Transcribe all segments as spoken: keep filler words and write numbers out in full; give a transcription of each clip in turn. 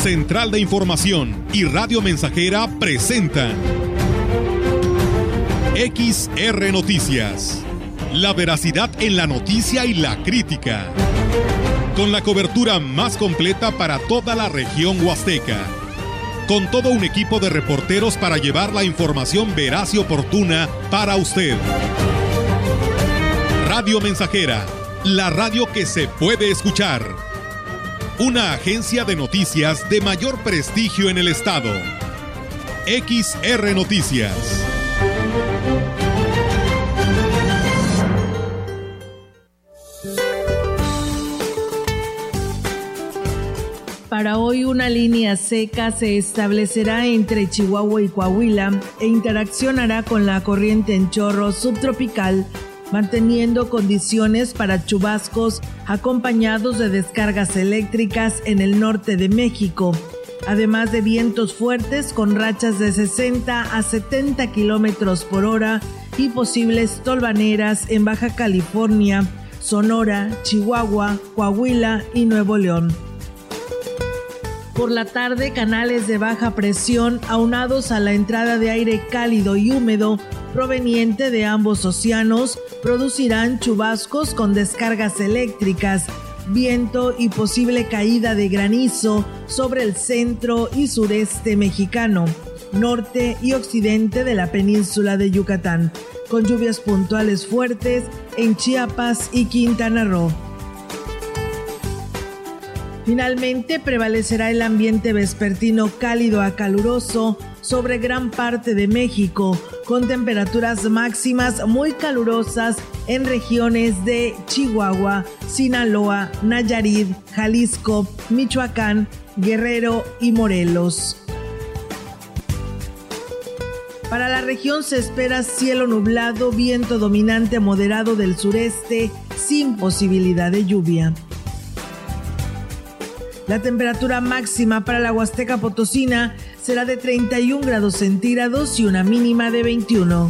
Central de Información y Radio Mensajera presentan X R Noticias. La veracidad en la noticia y la crítica. Con la cobertura más completa para toda la región huasteca. Con todo un equipo de reporteros para llevar la información veraz y oportuna para usted. Radio Mensajera, la radio que se puede escuchar. Una agencia de noticias de mayor prestigio en el estado. X R Noticias. Para hoy, una línea seca se establecerá entre Chihuahua y Coahuila e interaccionará con la corriente en chorro subtropical, manteniendo condiciones para chubascos acompañados de descargas eléctricas en el norte de México, además de vientos fuertes con rachas de sesenta a setenta kilómetros por hora y posibles tolvaneras en Baja California, Sonora, Chihuahua, Coahuila y Nuevo León. Por la tarde, canales de baja presión aunados a la entrada de aire cálido y húmedo proveniente de ambos océanos producirán chubascos con descargas eléctricas, viento y posible caída de granizo sobre el centro y sureste mexicano, norte y occidente de la península de Yucatán, con lluvias puntuales fuertes en Chiapas y Quintana Roo. Finalmente, prevalecerá el ambiente vespertino cálido a caluroso sobre gran parte de México, con temperaturas máximas muy calurosas en regiones de Chihuahua, Sinaloa, Nayarit, Jalisco, Michoacán, Guerrero y Morelos. Para la región se espera cielo nublado, viento dominante moderado del sureste, sin posibilidad de lluvia. La temperatura máxima para la Huasteca Potosina será de treinta y un grados centígrados y una mínima de veintiuno.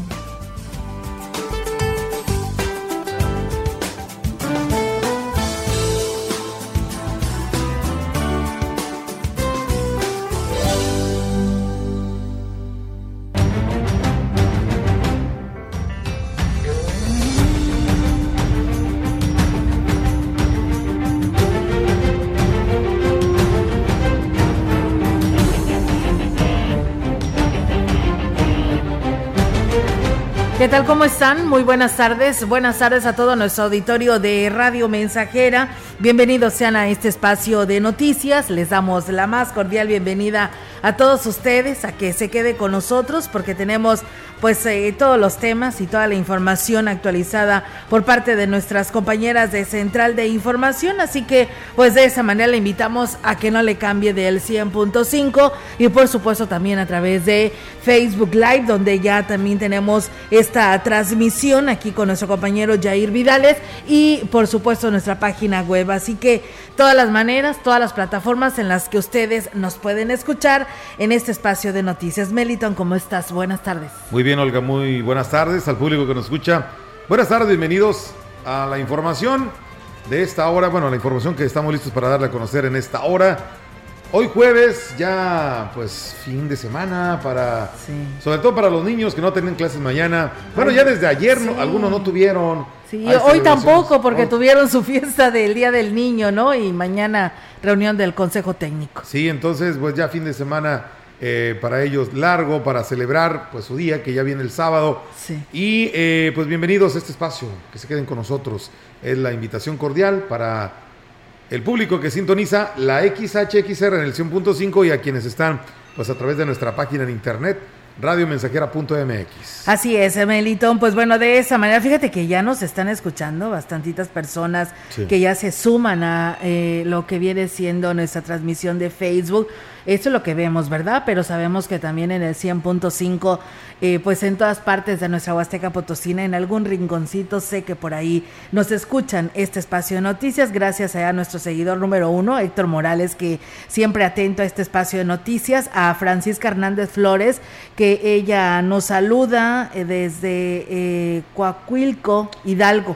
¿Qué tal? ¿Cómo están? Muy buenas tardes. Buenas tardes a todo nuestro auditorio de Radio Mensajera. Bienvenidos sean a este espacio de noticias. Les damos la más cordial bienvenida a todos ustedes, a que se quede con nosotros porque tenemos pues eh, todos los temas y toda la información actualizada por parte de nuestras compañeras de Central de Información, así que pues de esa manera le invitamos a que no le cambie del cien punto cinco y por supuesto también a través de Facebook Live, donde ya también tenemos esta transmisión aquí con nuestro compañero Jair Vidales y por supuesto nuestra página web, así que todas las maneras, todas las plataformas en las que ustedes nos pueden escuchar en este espacio de noticias. Meliton, ¿cómo estás? Buenas tardes. Muy bien, Olga, muy buenas tardes al público que nos escucha. Buenas tardes, bienvenidos a la información de esta hora, bueno, la información que estamos listos para darle a conocer en esta hora. Hoy jueves, ya pues fin de semana para, sí. sobre todo para los niños que no tienen clases mañana. Bueno, ya desde ayer sí. no, algunos no tuvieron. Sí, hoy tampoco porque oh. tuvieron su fiesta del Día del Niño, ¿no? Y mañana reunión del Consejo Técnico. Sí, entonces pues ya fin de semana eh, para ellos largo, para celebrar pues su día que ya viene el sábado. Sí. Y eh, pues bienvenidos a este espacio, que se queden con nosotros. Es la invitación cordial para el público que sintoniza la X H X R en el cien punto cinco y a quienes están pues a través de nuestra página en internet radio mensajera punto m x. Así es, Melitón, pues bueno, de esa manera, fíjate que ya nos están escuchando bastantitas personas sí. que ya se suman a eh, lo que viene siendo nuestra transmisión de Facebook. Esto es lo que vemos, ¿verdad? Pero sabemos que también en el cien punto cinco, eh, pues en todas partes de nuestra Huasteca Potosina, en algún rinconcito, sé que por ahí nos escuchan este espacio de noticias, gracias a nuestro seguidor número uno, Héctor Morales, que siempre atento a este espacio de noticias, a Francisca Hernández Flores, que ella nos saluda desde eh, Coahuilco, Hidalgo.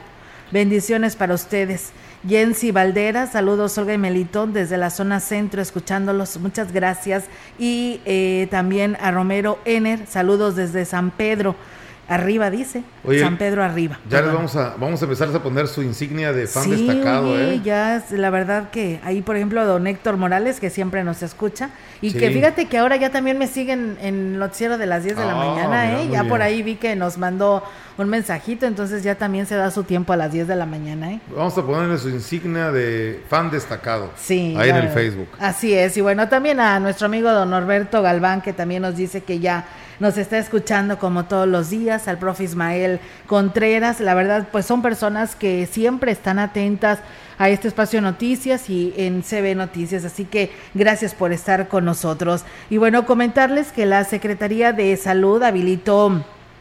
Bendiciones para ustedes. Jensi Valdera, saludos Olga y Melitón desde la zona centro, escuchándolos, muchas gracias. Y eh, también a Romero Ener, saludos desde San Pedro. Arriba dice, oye, San Pedro arriba. Ya les vamos a vamos a empezar a poner su insignia de fan sí, destacado, oye, ¿eh? Ya, la verdad que ahí, por ejemplo, don Héctor Morales, que siempre nos escucha, y sí. que fíjate que ahora ya también me siguen en el noticiero de las diez de la oh, mañana, mira, ¿eh? Ya bien. Por ahí vi que nos mandó un mensajito, entonces ya también se da su tiempo a las diez de la mañana, ¿eh? Vamos a ponerle su insignia de fan destacado. Sí. Ahí en el Facebook. Así es, y bueno, también a nuestro amigo don Norberto Galván, que también nos dice que ya nos está escuchando como todos los días, al profe Ismael Contreras, la verdad pues son personas que siempre están atentas a este espacio de noticias y en C B Noticias, así que gracias por estar con nosotros. Y bueno, comentarles que la Secretaría de Salud habilitó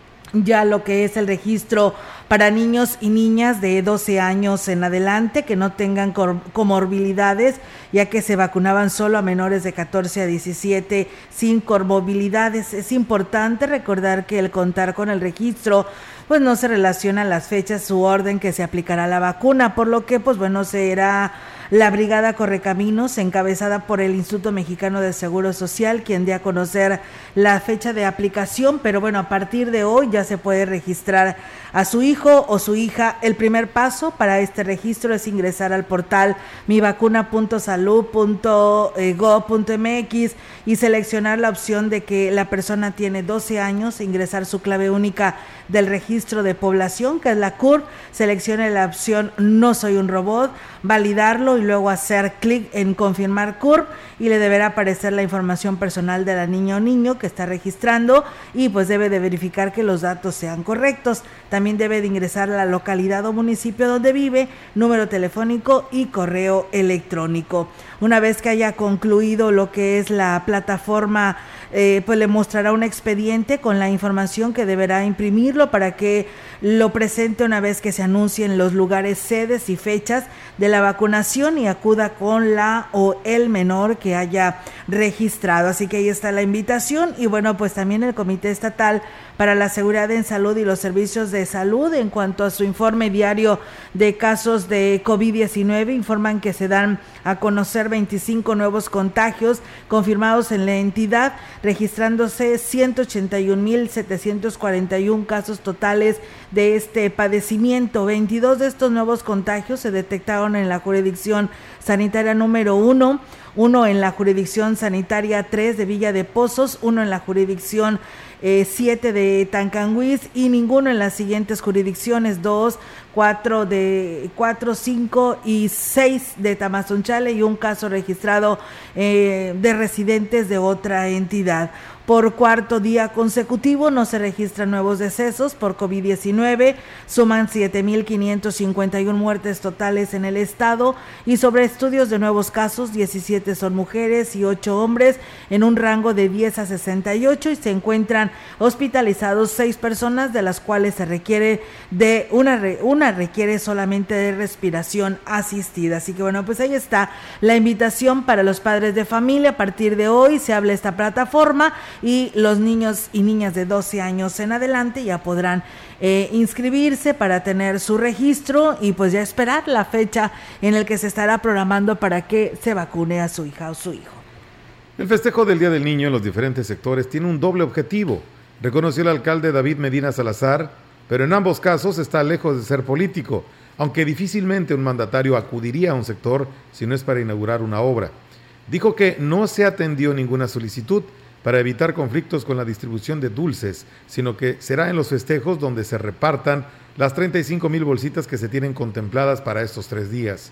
ya lo que es el registro para niños y niñas de doce años en adelante que no tengan comorbilidades, ya que se vacunaban solo a menores de catorce a diecisiete sin comorbilidades. Es importante recordar que el contar con el registro pues no se relaciona a las fechas u orden que se aplicará la vacuna, por lo que pues bueno, será la Brigada Correcaminos, encabezada por el Instituto Mexicano de Seguro Social, quien dé a conocer la fecha de aplicación, pero bueno, a partir de hoy ya se puede registrar a su hijo o su hija. El primer paso para este registro es ingresar al portal mi vacuna punto salud punto gob punto m x y seleccionar la opción de que la persona tiene doce años, ingresar su clave única del registro de población, que es la C U R, seleccione la opción no soy un robot, validarlo y luego hacer clic en confirmar C U R y le deberá aparecer la información personal de la niña o niño que está registrando y pues debe de verificar que los datos sean correctos. También debe de ingresar la localidad o municipio donde vive, número telefónico y correo electrónico. Una vez que haya concluido lo que es la plataforma, eh, pues le mostrará un expediente con la información que deberá imprimirlo para que lo presente una vez que se anuncien los lugares, sedes y fechas de la vacunación y acuda con la o el menor que haya registrado. Así que ahí está la invitación. Y bueno, pues también el Comité Estatal para la Seguridad en Salud y los Servicios de Salud, en cuanto a su informe diario de casos de COVID diecinueve, informan que se dan a conocer veinticinco nuevos contagios confirmados en la entidad, registrándose ciento ochenta y un mil setecientos cuarenta y un casos totales de este padecimiento. veintidós de estos nuevos contagios se detectaron en la jurisdicción sanitaria número uno, uno en la jurisdicción sanitaria tres de Villa de Pozos, uno en la jurisdicción eh, siete de Tancanguis y ninguno en las siguientes jurisdicciones dos, cuatro de cuatro, cinco y seis de Tamazunchale y un caso registrado eh, de residentes de otra entidad. Por cuarto día consecutivo no se registran nuevos decesos por COVID diecinueve, suman siete mil quinientos cincuenta y una muertes totales en el estado y sobre estudios de nuevos casos, diecisiete son mujeres y ocho hombres en un rango de diez a sesenta y ocho y se encuentran hospitalizados seis personas, de las cuales se requiere de una, una requiere solamente de respiración asistida. Así que bueno, pues ahí está la invitación para los padres de familia. A partir de hoy se habla esta plataforma y los niños y niñas de doce años en adelante ya podrán eh, inscribirse para tener su registro y pues ya esperar la fecha en la que se estará programando para que se vacune a su hija o su hijo. El festejo del Día del Niño en los diferentes sectores tiene un doble objetivo, reconoció el alcalde David Medina Salazar, pero en ambos casos está lejos de ser político, aunque difícilmente un mandatario acudiría a un sector si no es para inaugurar una obra. Dijo que no se atendió ninguna solicitud para evitar conflictos con la distribución de dulces, sino que será en los festejos donde se repartan las treinta y cinco mil bolsitas que se tienen contempladas para estos tres días.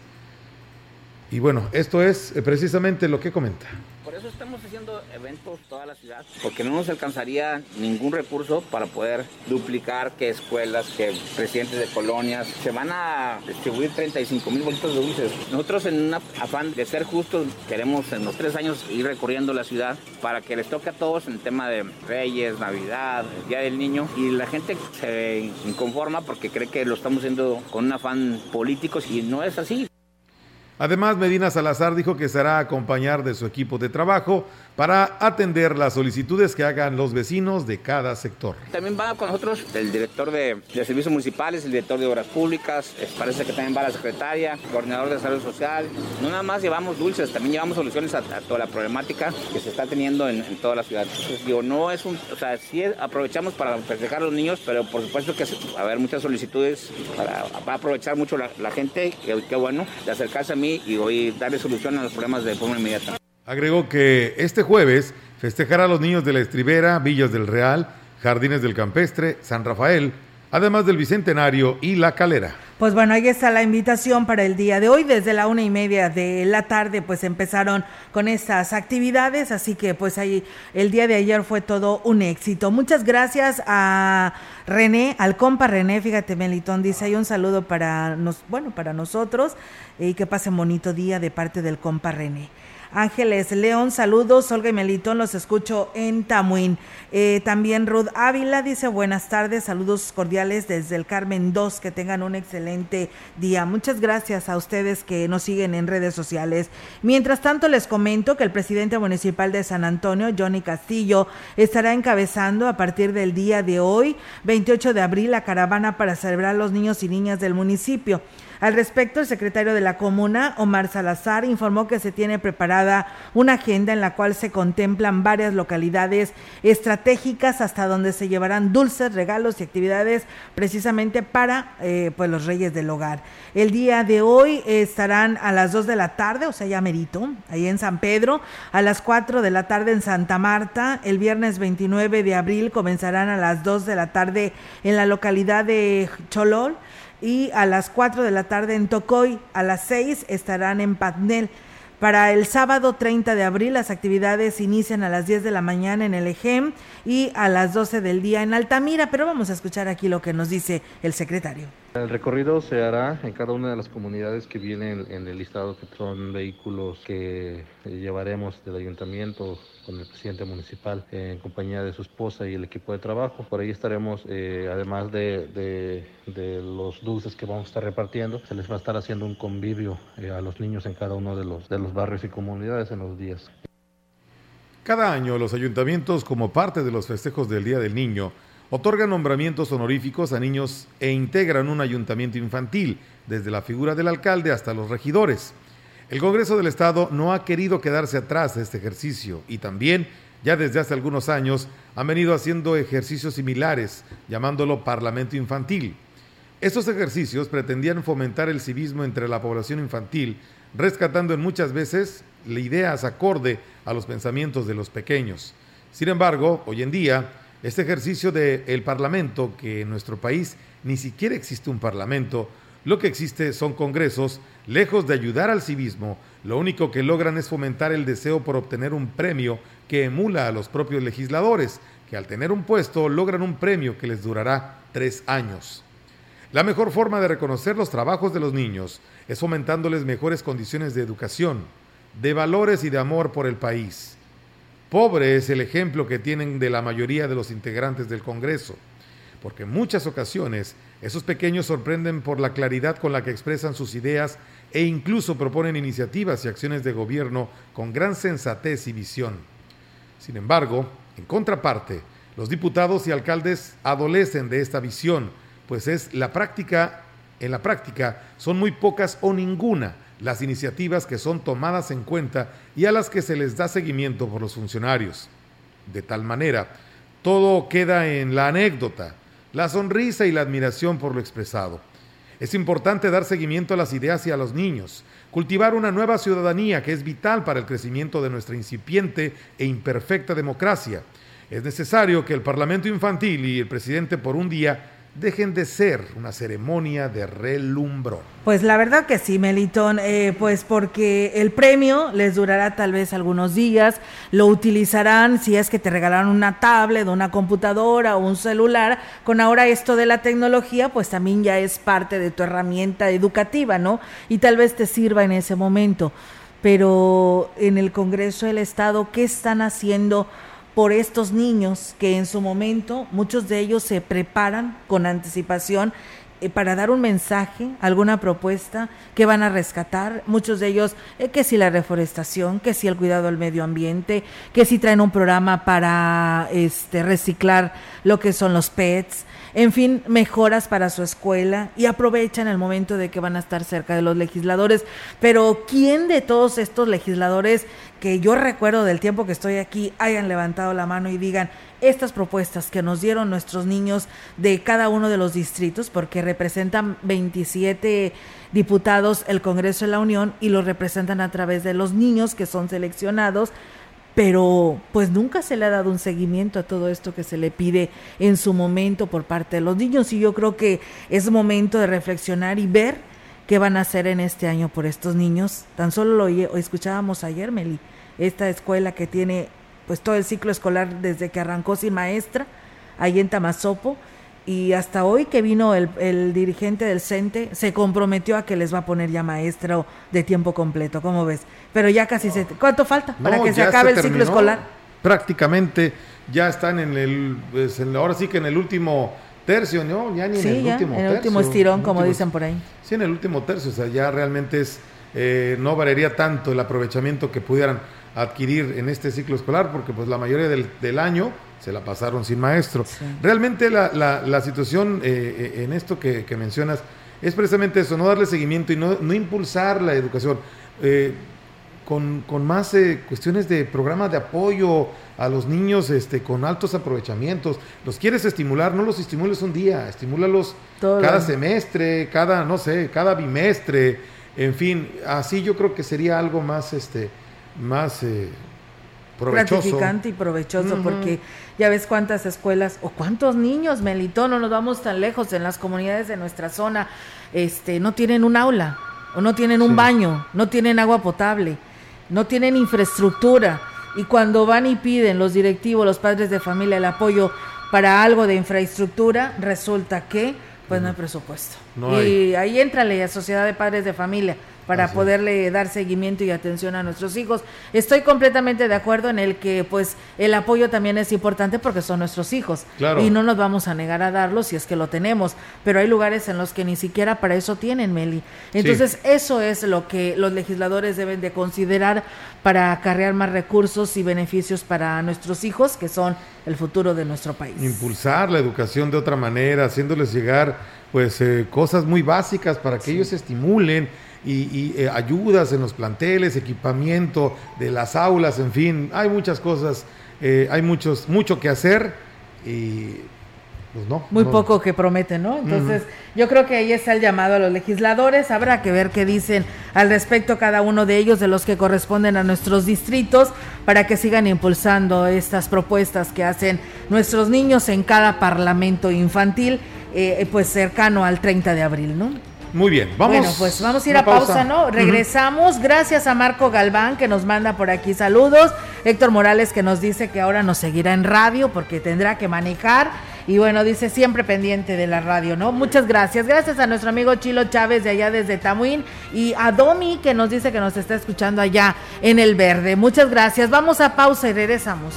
Y bueno, esto es precisamente lo que comenta. Por eso estamos haciendo eventos toda la ciudad, porque no nos alcanzaría ningún recurso para poder duplicar que escuelas, que presidentes de colonias. Se van a distribuir treinta y cinco mil bolsitas de dulces. Nosotros, en un afán de ser justos, queremos en los tres años ir recorriendo la ciudad para que les toque a todos en el tema de Reyes, Navidad, el Día del Niño, y la gente se inconforma porque cree que lo estamos haciendo con un afán político y no es así. Además, Medina Salazar dijo que se hará acompañar de su equipo de trabajo para atender las solicitudes que hagan los vecinos de cada sector. También va con nosotros el director de, de servicios municipales, el director de obras públicas, parece que también va la secretaria, coordinador de salud social. No nada más llevamos dulces, también llevamos soluciones a, a toda la problemática que se está teniendo en, en toda la ciudad. Entonces, digo, no es un, o sea, sí aprovechamos para festejar a los niños, pero por supuesto que va a haber muchas solicitudes para, para aprovechar mucho la, la gente, que qué bueno, de acercarse a mí y hoy darle solución a los problemas de forma inmediata. Agregó que este jueves festejará a los niños de La Estribera, Villas del Real, Jardines del Campestre, San Rafael, además del Bicentenario y La Calera. Pues bueno, ahí está la invitación para el día de hoy. Desde la una y media de la tarde pues empezaron con estas actividades, así que pues ahí el día de ayer fue todo un éxito. Muchas gracias a René, al compa René, fíjate Melitón, dice ahí un saludo para nos, bueno, para nosotros y que pasen bonito día de parte del compa René. Ángeles León, saludos. Olga y Melitón, los escucho en Tamuín. Eh, también Ruth Ávila dice buenas tardes, saludos cordiales desde el Carmen dos, que tengan un excelente día. Muchas gracias a ustedes que nos siguen en redes sociales. Mientras tanto, les comento que el presidente municipal de San Antonio, Johnny Castillo, estará encabezando a partir del día de hoy, veintiocho de abril, la caravana para celebrar a los niños y niñas del municipio. Al respecto, el secretario de la comuna, Omar Salazar, informó que se tiene preparada una agenda en la cual se contemplan varias localidades estratégicas hasta donde se llevarán dulces, regalos y actividades precisamente para eh, pues los reyes del hogar. El día de hoy eh, estarán a las dos de la tarde, o sea ya merito, ahí en San Pedro, a las cuatro de la tarde en Santa Marta. El viernes veintinueve de abril comenzarán a las dos de la tarde en la localidad de Cholol, y a las cuatro de la tarde en Tocoy, a las seis estarán en Patnel. Para el sábado treinta de abril las actividades inician a las diez de la mañana en el Ejem y a las doce del día en Altamira, pero vamos a escuchar aquí lo que nos dice el secretario. El recorrido se hará en cada una de las comunidades que vienen en el listado, que son vehículos que llevaremos del ayuntamiento con el presidente municipal en compañía de su esposa y el equipo de trabajo. Por ahí estaremos, eh, además de, de, de los dulces que vamos a estar repartiendo, se les va a estar haciendo un convivio eh, a los niños en cada uno de los, de los barrios y comunidades en los días. Cada año los ayuntamientos, como parte de los festejos del Día del Niño, otorgan nombramientos honoríficos a niños e integran un ayuntamiento infantil, desde la figura del alcalde hasta los regidores. El Congreso del Estado no ha querido quedarse atrás de este ejercicio y también, ya desde hace algunos años, han venido haciendo ejercicios similares, llamándolo Parlamento Infantil. Estos ejercicios pretendían fomentar el civismo entre la población infantil, rescatando en muchas veces ideas acorde a los pensamientos de los pequeños. Sin embargo, hoy en día, este ejercicio del Parlamento, que en nuestro país ni siquiera existe un Parlamento, lo que existe son congresos, lejos de ayudar al civismo, lo único que logran es fomentar el deseo por obtener un premio que emula a los propios legisladores, que al tener un puesto logran un premio que les durará tres años. La mejor forma de reconocer los trabajos de los niños es fomentándoles mejores condiciones de educación, de valores y de amor por el país. Pobre es el ejemplo que tienen de la mayoría de los integrantes del Congreso, porque en muchas ocasiones esos pequeños sorprenden por la claridad con la que expresan sus ideas e incluso proponen iniciativas y acciones de gobierno con gran sensatez y visión. Sin embargo, en contraparte, los diputados y alcaldes adolecen de esta visión, pues es la práctica, en la práctica son muy pocas o ninguna las iniciativas que son tomadas en cuenta y a las que se les da seguimiento por los funcionarios. De tal manera, todo queda en la anécdota, la sonrisa y la admiración por lo expresado. Es importante dar seguimiento a las ideas y a los niños, cultivar una nueva ciudadanía que es vital para el crecimiento de nuestra incipiente e imperfecta democracia. Es necesario que el Parlamento Infantil y el presidente por un día dejen de ser una ceremonia de relumbrón. Pues la verdad que sí, Melitón, eh, pues porque el premio les durará tal vez algunos días, lo utilizarán si es que te regalaron una tablet, una computadora o un celular. Con ahora esto de la tecnología, pues también ya es parte de tu herramienta educativa, ¿no? Y tal vez te sirva en ese momento. Pero en el Congreso del Estado, ¿qué están haciendo por estos niños que en su momento, muchos de ellos se preparan con anticipación eh, para dar un mensaje, alguna propuesta que van a rescatar, muchos de ellos, eh, que si la reforestación, que si el cuidado del medio ambiente, que si traen un programa para este reciclar lo que son los P E Ts, en fin, mejoras para su escuela, y aprovechan el momento de que van a estar cerca de los legisladores. Pero ¿quién de todos estos legisladores que yo recuerdo del tiempo que estoy aquí hayan levantado la mano y digan estas propuestas que nos dieron nuestros niños de cada uno de los distritos, porque representan veintisiete diputados el Congreso de la Unión y los representan a través de los niños que son seleccionados? Pero pues nunca se le ha dado un seguimiento a todo esto que se le pide en su momento por parte de los niños, y yo creo que es momento de reflexionar y ver qué van a hacer en este año por estos niños. Tan solo lo escuchábamos ayer, Meli, esta escuela que tiene pues todo el ciclo escolar desde que arrancó sin maestra, ahí en Tamazopo, y hasta hoy que vino el, el dirigente del CENTE, se comprometió a que les va a poner ya maestro de tiempo completo, ¿cómo ves? Pero ya casi se... ¿Cuánto falta para no, que se acabe se el ciclo escolar? Prácticamente ya están en el... Pues en, ahora sí que en el último tercio, ¿no? Ya ni sí, en el ya, último en el tercio. último estirón, como último, dicen por ahí. Sí, en el último tercio, o sea, ya realmente es... Eh, no variaría tanto el aprovechamiento que pudieran adquirir en este ciclo escolar, porque pues la mayoría del, del año se la pasaron sin maestro. Sí. Realmente la, la, la situación eh, en esto que, que mencionas es precisamente eso, no darle seguimiento y no, no impulsar la educación eh, con, con más eh, cuestiones de programas de apoyo a los niños este, con altos aprovechamientos. Los quieres estimular, no los estimules un día, estimúlalos Todo cada bien. semestre, cada, no sé, cada bimestre, en fin, así yo creo que sería algo más, este, más... Eh, provechoso. Gratificante y provechoso, uh-huh. porque ya ves cuántas escuelas o cuántos niños, Melitón, no nos vamos tan lejos, en las comunidades de nuestra zona, este, no tienen un aula, o no tienen un sí. baño, no tienen agua potable, no tienen infraestructura, y cuando van y piden los directivos, los padres de familia, el apoyo para algo de infraestructura, resulta que pues no hay presupuesto. No y hay. Ahí entra la Sociedad de Padres de Familia para Así. poderle dar seguimiento y atención a nuestros hijos. Estoy completamente de acuerdo en el que pues el apoyo también es importante porque son nuestros hijos, claro. y no nos vamos a negar a darlo si es que lo tenemos, pero hay lugares en los que ni siquiera para eso tienen, Meli. Entonces sí. eso es lo que los legisladores deben de considerar para acarrear más recursos y beneficios para nuestros hijos, que son el futuro de nuestro país. Impulsar la educación de otra manera, haciéndoles llegar pues eh, cosas muy básicas para que sí. ellos se estimulen, y, y eh, ayudas en los planteles, equipamiento de las aulas, en fin, hay muchas cosas, eh, hay muchos mucho que hacer y pues no. Muy no. poco que prometen, ¿no? Entonces, uh-huh. yo creo que ahí está el llamado a los legisladores, habrá que ver qué dicen al respecto cada uno de ellos, de los que corresponden a nuestros distritos, para que sigan impulsando estas propuestas que hacen nuestros niños en cada parlamento infantil, eh, pues cercano al treinta de abril, ¿no? Muy bien, vamos. Bueno, pues vamos a ir a pausa, pausa ¿no? Regresamos, uh-huh. gracias a Marco Galván que nos manda por aquí saludos, Héctor Morales que nos dice que ahora nos seguirá en radio porque tendrá que manejar, y bueno, dice siempre pendiente de la radio, ¿no? Muchas gracias, gracias a nuestro amigo Chilo Chávez de allá desde Tamuín, y a Domi que nos dice que nos está escuchando allá en El Verde, muchas gracias, vamos a pausa y regresamos.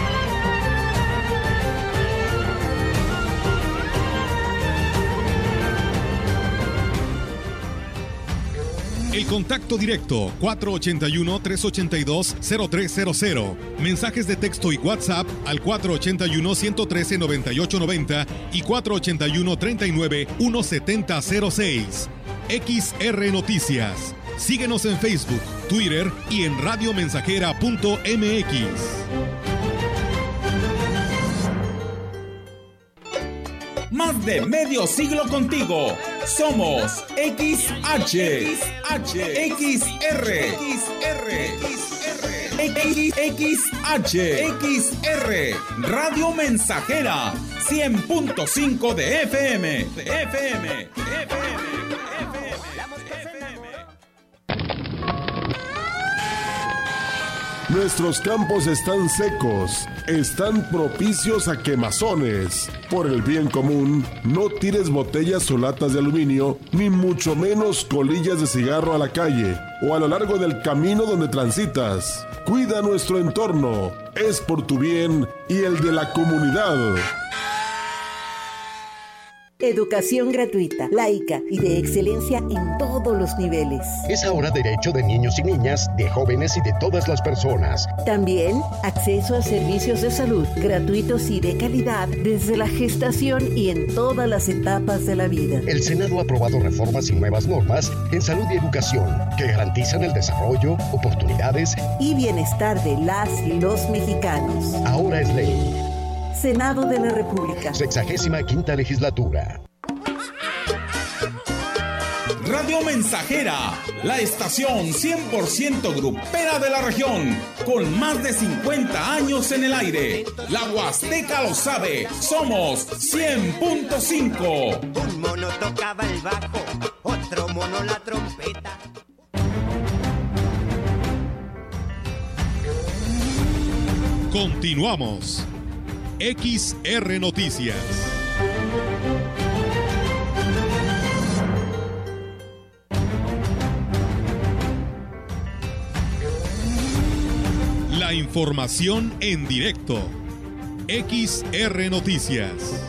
El contacto directo cuatro ochenta y uno, trescientos ochenta y dos, cero tres cero cero. Mensajes de texto y WhatsApp al cuatro ochenta y uno, ciento trece, noventa y ocho noventa y cuatro ochenta y uno, treinta y nueve, ciento setenta cero seis. X R Noticias. Síguenos en Facebook, Twitter y en radiomensajera punto m x. Más de medio siglo contigo. Somos X H, X H, X R, X R, X, X H, X R, Radio Mensajera, cien punto cinco de F M, de F M, de F M, de F M, de F M. Nuestros campos están secos, están propicios a quemazones. Por el bien común, no tires botellas o latas de aluminio, ni mucho menos colillas de cigarro a la calle o a lo largo del camino donde transitas. Cuida nuestro entorno, es por tu bien y el de la comunidad. Educación gratuita, laica y de excelencia en todos los niveles. Es ahora derecho de niños y niñas, de jóvenes y de todas las personas. También acceso a servicios de salud gratuitos y de calidad desde la gestación y en todas las etapas de la vida. El Senado ha aprobado reformas y nuevas normas en salud y educación que garantizan el desarrollo, oportunidades y bienestar de las y los mexicanos. Ahora es ley. Senado de la República. Sexagésima quinta legislatura. Radio Mensajera, la estación cien por ciento grupera de la región, con más de cincuenta años en el aire. La Huasteca lo sabe, somos cien punto cinco. Un mono tocaba el bajo, otro mono la trompeta. Continuamos. X R Noticias. La información en directo. X R Noticias.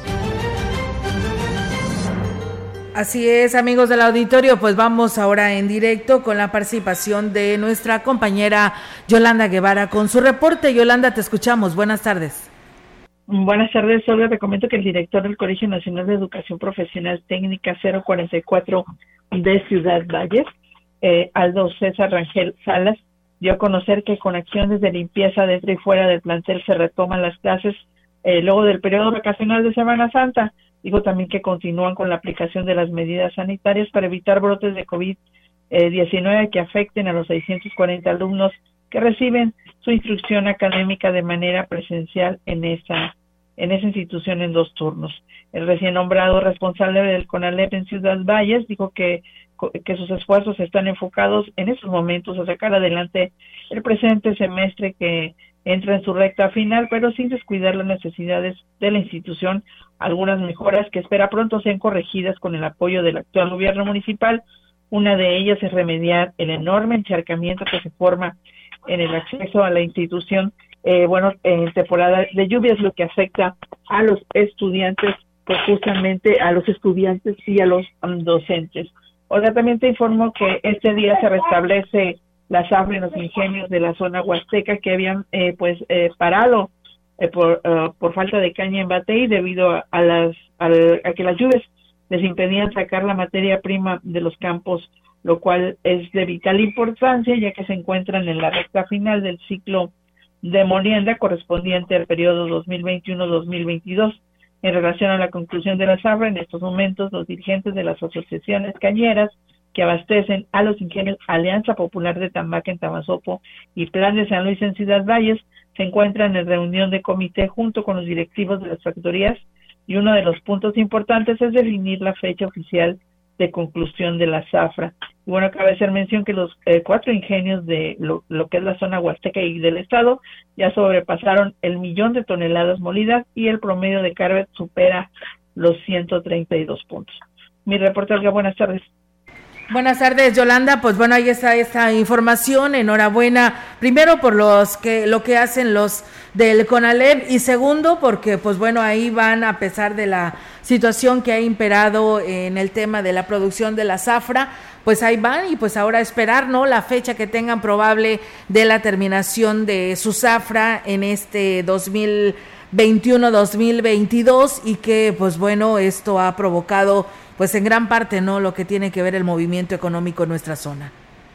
Así es, amigos del auditorio, pues vamos ahora en directo con la participación de nuestra compañera Yolanda Guevara con su reporte. Yolanda, te escuchamos. Buenas tardes. Buenas tardes, Olga. Te comento que el director del Colegio Nacional de Educación Profesional Técnica cero cuarenta y cuatro de Ciudad Valles, eh, Aldo César Rangel Salas, dio a conocer que con acciones de limpieza dentro y fuera del plantel se retoman las clases eh, luego del periodo vacacional de Semana Santa. Dijo también que continúan con la aplicación de las medidas sanitarias para evitar brotes de COVID diecinueve que afecten a los seiscientos cuarenta alumnos que reciben su instrucción académica de manera presencial en esa en esa institución en dos turnos. El recién nombrado responsable del CONALEP en Ciudad Valles dijo que, que sus esfuerzos están enfocados en estos momentos a sacar adelante el presente semestre que entra en su recta final, pero sin descuidar las necesidades de la institución, algunas mejoras que espera pronto sean corregidas con el apoyo del actual gobierno municipal. Una de ellas es remediar el enorme encharcamiento que se forma en el acceso a la institución, eh, bueno, en temporada de lluvias, lo que afecta a los estudiantes, pues justamente a los estudiantes y a los um, docentes. Otra también te informo que este día se restablece la zafra en los ingenios de la zona huasteca que habían eh, pues eh, parado eh, por uh, por falta de caña en Batey debido a, a las a, a que las lluvias les impedían sacar la materia prima de los campos, lo cual es de vital importancia ya que se encuentran en la recta final del ciclo de molienda correspondiente al periodo dos mil veintiuno dos mil veintidós. En relación a la conclusión de la zafra, en estos momentos los dirigentes de las asociaciones cañeras que abastecen a los ingenios Alianza Popular de Tamaca en Tamazopo y Plan de San Luis en Ciudad Valles se encuentran en reunión de comité junto con los directivos de las factorías, y uno de los puntos importantes es definir la fecha oficial de conclusión de la zafra. Y bueno, cabe hacer mención que los eh, cuatro ingenios de lo, lo que es la zona huasteca y del estado ya sobrepasaron el millón de toneladas molidas y el promedio de carga supera los ciento treinta y dos puntos. Mi reporte, Olga, buenas tardes. Buenas tardes, Yolanda. Pues bueno, ahí está esta información. Enhorabuena, primero por los que lo que hacen los del CONALEP y segundo porque pues bueno, ahí van a pesar de la situación que ha imperado en el tema de la producción de la zafra, pues ahí van y pues ahora esperar, ¿no?, la fecha que tengan probable de la terminación de su zafra en este dos mil veintiuno dos mil veintidós y que pues bueno, esto ha provocado pues en gran parte, ¿no?, lo que tiene que ver el movimiento económico en nuestra zona.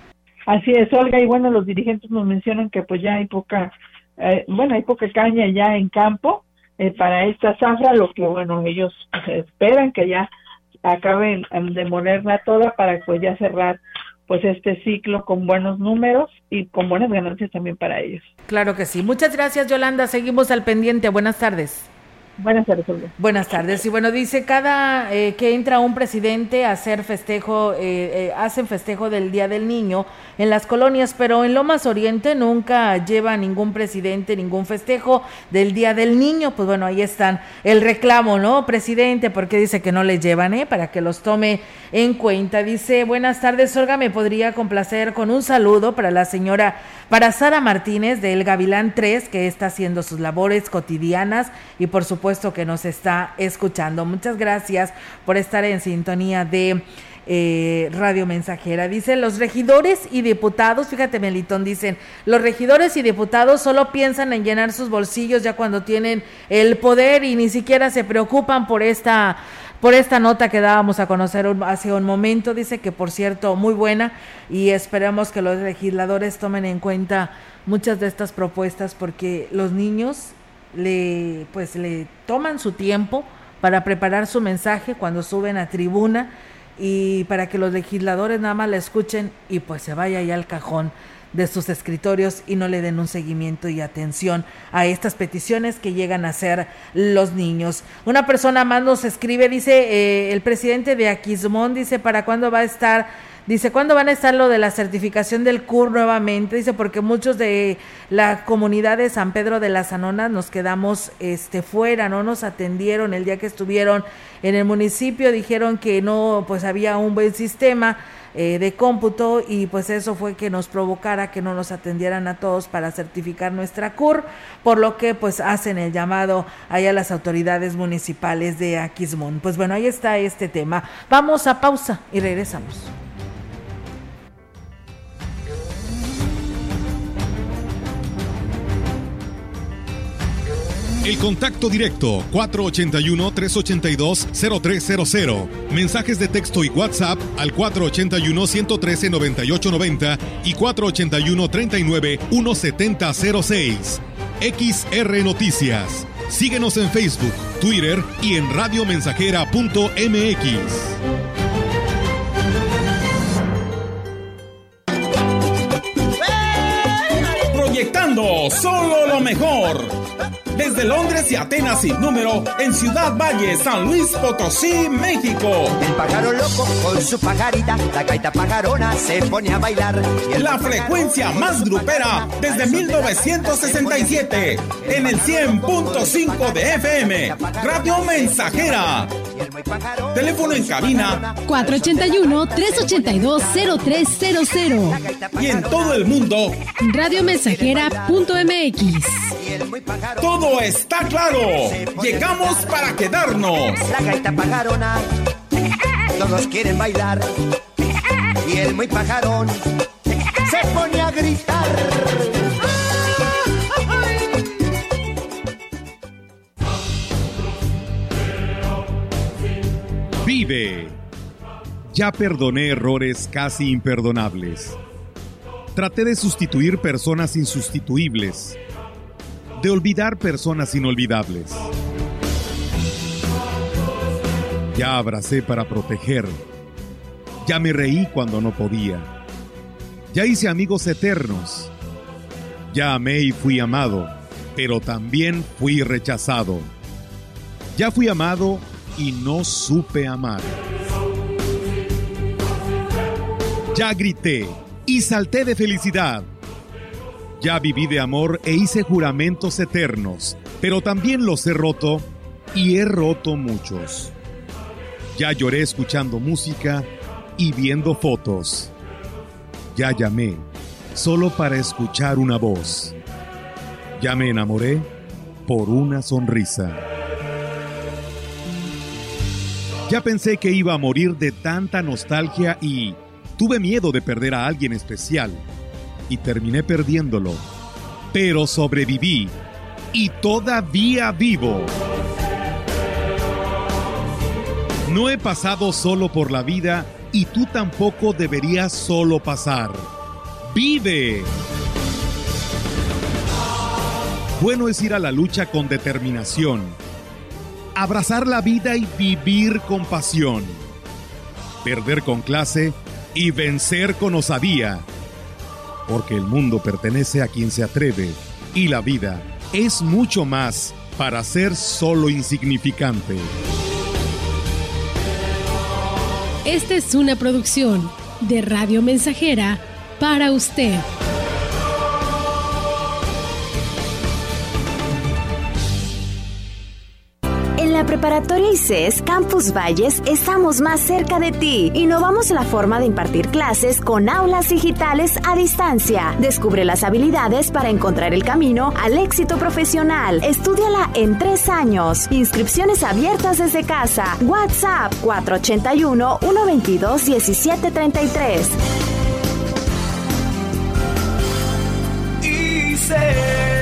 Así es, Olga, y bueno, los dirigentes nos mencionan que pues ya hay poca, eh, bueno, hay poca caña ya en campo eh, para esta zafra, lo que bueno, ellos pues, esperan que ya acaben de molerla toda para pues ya cerrar pues este ciclo con buenos números y con buenas ganancias también para ellos. Claro que sí. Muchas gracias, Yolanda. Seguimos al pendiente. Buenas tardes. Buenas tardes, Olga. Buenas tardes. Y bueno, dice, cada eh, que entra un presidente a hacer festejo, eh, eh, hacen festejo del Día del Niño en las colonias, pero en Lomas Oriente nunca lleva ningún presidente ningún festejo del Día del Niño. Pues bueno, ahí están el reclamo, ¿no, presidente? Porque dice que no le llevan, ¿eh? Para que los tome en cuenta. Dice, buenas tardes, Olga, me podría complacer con un saludo para la señora, para Sara Martínez del Gavilán tres, que está haciendo sus labores cotidianas y por supuesto supuesto que nos está escuchando. Muchas gracias por estar en sintonía de eh, Radio Mensajera. Dice, los regidores y diputados, fíjate Melitón, dicen, los regidores y diputados solo piensan en llenar sus bolsillos ya cuando tienen el poder y ni siquiera se preocupan por esta... por esta nota que dábamos a conocer hace un momento. Dice que, por cierto, muy buena, y esperamos que los legisladores tomen en cuenta muchas de estas propuestas, porque los niños le pues le toman su tiempo para preparar su mensaje cuando suben a tribuna, y para que los legisladores nada más la escuchen y pues se vaya ya al cajón de sus escritorios y no le den un seguimiento y atención a estas peticiones que llegan a hacer los niños. Una persona más nos escribe, dice, eh, el presidente de Aquismón, dice, ¿para cuándo va a estar? Dice, ¿cuándo van a estar lo de la certificación del C U R nuevamente? Dice, porque muchos de la comunidad de San Pedro de las Anonas nos quedamos este, fuera, no nos atendieron el día que estuvieron en el municipio, dijeron que no, pues había un buen sistema Eh, de cómputo, y pues eso fue que nos provocara que no nos atendieran a todos para certificar nuestra C U R, por lo que pues hacen el llamado allá a las autoridades municipales de Aquismón. Pues bueno, ahí está este tema. Vamos a pausa y regresamos. El contacto directo cuatro ochenta y uno, trescientos ochenta y dos, cero tres cero cero. Mensajes de texto y WhatsApp al cuatro ochenta y uno, ciento trece, noventa y ocho noventa y cuatro ochenta y uno, treinta y nueve, ciento setenta, cero seis. X R Noticias. Síguenos en Facebook, Twitter y en radiomensajera punto m x. Proyectando solo lo mejor. Desde Londres y Atenas sin número, en Ciudad Valle, San Luis Potosí, México. El pájaro loco con su pajarita, la gaita pajarona se pone a bailar. La frecuencia más grupera desde mil novecientos sesenta y siete, en el cien punto cinco de F M, Radio Mensajera. Teléfono en cabina cuatro ochenta y uno, trescientos ochenta y dos, cero tres cero cero. Y en todo el mundo, radiomensajera punto m x. Todo está claro. Llegamos para quedarnos. La gaita pajarona, todos quieren bailar. Y el muy pajarón se pone a gritar. Vive. Ya perdoné errores casi imperdonables. Traté de sustituir personas insustituibles, de olvidar personas inolvidables. Ya abracé para proteger. Ya me reí cuando no podía. Ya hice amigos eternos. Ya amé y fui amado, pero también fui rechazado. Ya fui amado y no supe amar. Ya grité y salté de felicidad. Ya viví de amor e hice juramentos eternos, pero también los he roto y he roto muchos. Ya lloré escuchando música y viendo fotos. Ya llamé solo para escuchar una voz. Ya me enamoré por una sonrisa. Ya pensé que iba a morir de tanta nostalgia y tuve miedo de perder a alguien especial. Y terminé perdiéndolo, pero sobreviví y todavía vivo. No he pasado solo por la vida y tú tampoco deberías solo pasar. ¡Vive! Bueno es ir a la lucha con determinación, abrazar la vida y vivir con pasión, perder con clase y vencer con osadía. Porque el mundo pertenece a quien se atreve y la vida es mucho más para ser solo insignificante. Esta es una producción de Radio Mensajera para usted. En la Preparatoria I C E S Campus Valles estamos más cerca de ti. Innovamos la forma de impartir clases con aulas digitales a distancia. Descubre las habilidades para encontrar el camino al éxito profesional. Estúdiala en tres años. Inscripciones abiertas desde casa. WhatsApp cuatro ochenta y uno, ciento veintidós, diecisiete treinta y tres. I C E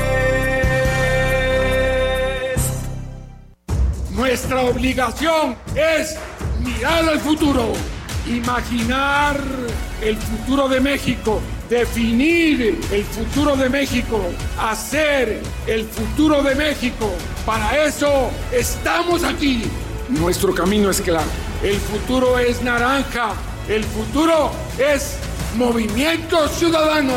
S. Nuestra obligación es mirar al futuro, imaginar el futuro de México, definir el futuro de México, hacer el futuro de México. Para eso estamos aquí. Nuestro camino es claro. El futuro es naranja. El futuro es Movimiento Ciudadano.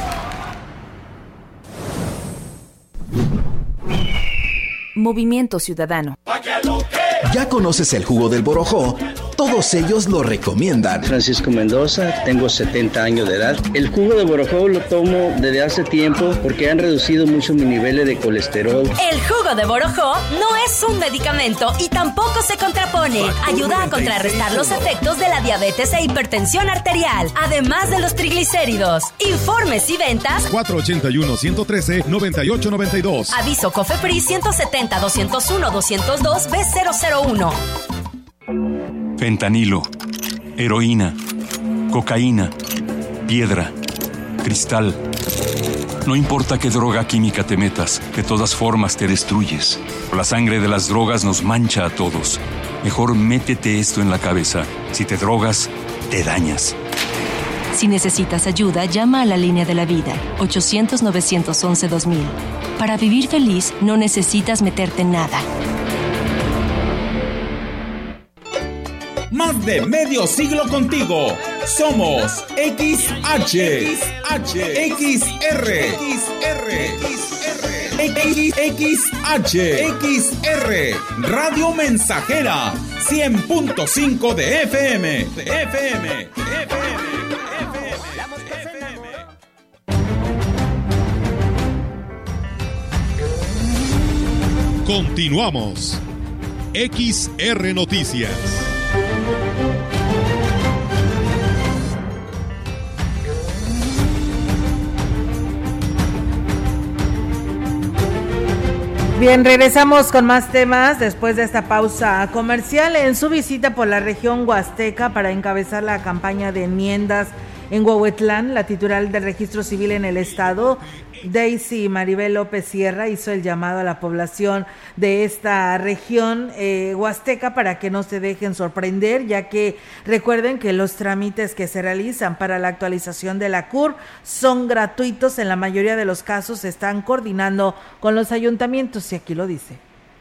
Movimiento Ciudadano. ¿Ya conoces el jugo del borojó? Todos ellos lo recomiendan. Francisco Mendoza, tengo setenta años de edad. El jugo de borojó lo tomo desde hace tiempo porque han reducido mucho mi nivel de colesterol. El jugo de borojó no es un medicamento y tampoco se contrapone. Ayuda a contrarrestar los efectos de la diabetes e hipertensión arterial, además de los triglicéridos. Informes y ventas cuatro ochenta y uno, ciento trece, noventa y ocho noventa y dos. Aviso COFEPRIS ciento setenta, doscientos uno, doscientos dos, B cero cero uno. Fentanilo, heroína, cocaína, piedra, cristal. No importa qué droga química te metas, de todas formas te destruyes. La sangre de las drogas nos mancha a todos. Mejor métete esto en la cabeza. Si te drogas, te dañas. Si necesitas ayuda, llama a la línea de la vida, ochocientos, novecientos once, dos mil. Para vivir feliz, no necesitas meterte en nada. Más de medio siglo contigo. Somos X H, X H, X R, X R, X H, X R, Radio Mensajera, cien punto cinco de F M, de F M, de F M, de F M. Continuamos. X R Noticias. Bien, regresamos con más temas después de esta pausa comercial. En su visita por la región huasteca para encabezar la campaña de enmiendas en Huehuetlán, la titular del Registro Civil en el estado, Daisy Maribel López Sierra, hizo el llamado a la población de esta región eh, huasteca para que no se dejen sorprender, ya que recuerden que los trámites que se realizan para la actualización de la C U R son gratuitos. En la mayoría de los casos se están coordinando con los ayuntamientos, y aquí lo dice.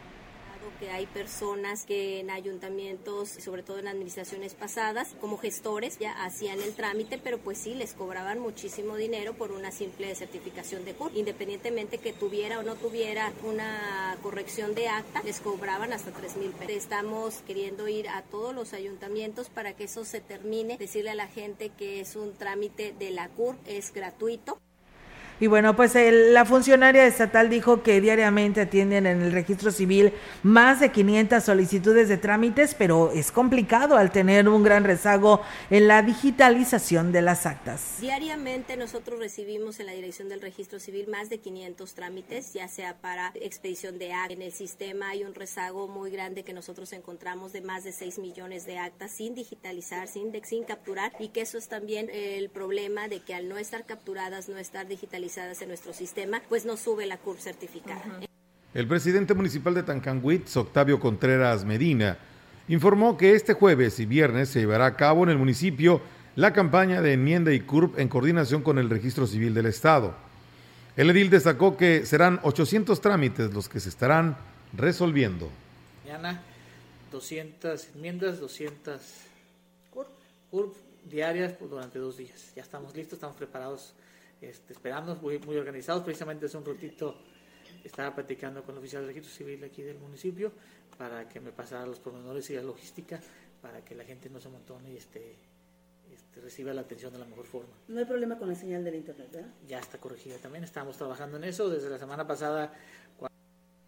Hay personas que en ayuntamientos, sobre todo en administraciones pasadas, como gestores, ya hacían el trámite, pero pues sí, les cobraban muchísimo dinero por una simple certificación de C U R. Independientemente que tuviera o no tuviera una corrección de acta, les cobraban hasta tres mil pesos. Estamos queriendo ir a todos los ayuntamientos para que eso se termine, decirle a la gente que es un trámite de la C U R, es gratuito. Y bueno, pues el, la funcionaria estatal dijo que diariamente atienden en el registro civil más de quinientas solicitudes de trámites, pero es complicado al tener un gran rezago en la digitalización de las actas. Diariamente nosotros recibimos en la dirección del registro civil más de quinientos trámites, ya sea para expedición de actas. En el sistema hay un rezago muy grande que nosotros encontramos de más de seis millones de actas sin digitalizar, sin, de, sin capturar, y que eso es también el problema de que al no estar capturadas, no estar digitalizadas en nuestro sistema, pues no sube la C U R certificada. Uh-huh. El presidente municipal de Tancanwitz, Octavio Contreras Medina, informó que este jueves y viernes se llevará a cabo en el municipio la campaña de enmienda y C U R en coordinación con el Registro Civil del Estado. El edil destacó que serán ochocientos trámites los que se estarán resolviendo. Mañana doscientas enmiendas, doscientas C U R, C U R diarias por durante dos días. Ya estamos listos, estamos preparados. Este, esperando, muy, muy organizados. Precisamente hace un ratito estaba platicando con el oficial del registro civil aquí del municipio para que me pasara los pormenores y la logística para que la gente no se amontone y este, este, reciba la atención de la mejor forma. No hay problema con la señal del internet, ¿verdad? Ya está corregida también, estamos trabajando en eso desde la semana pasada.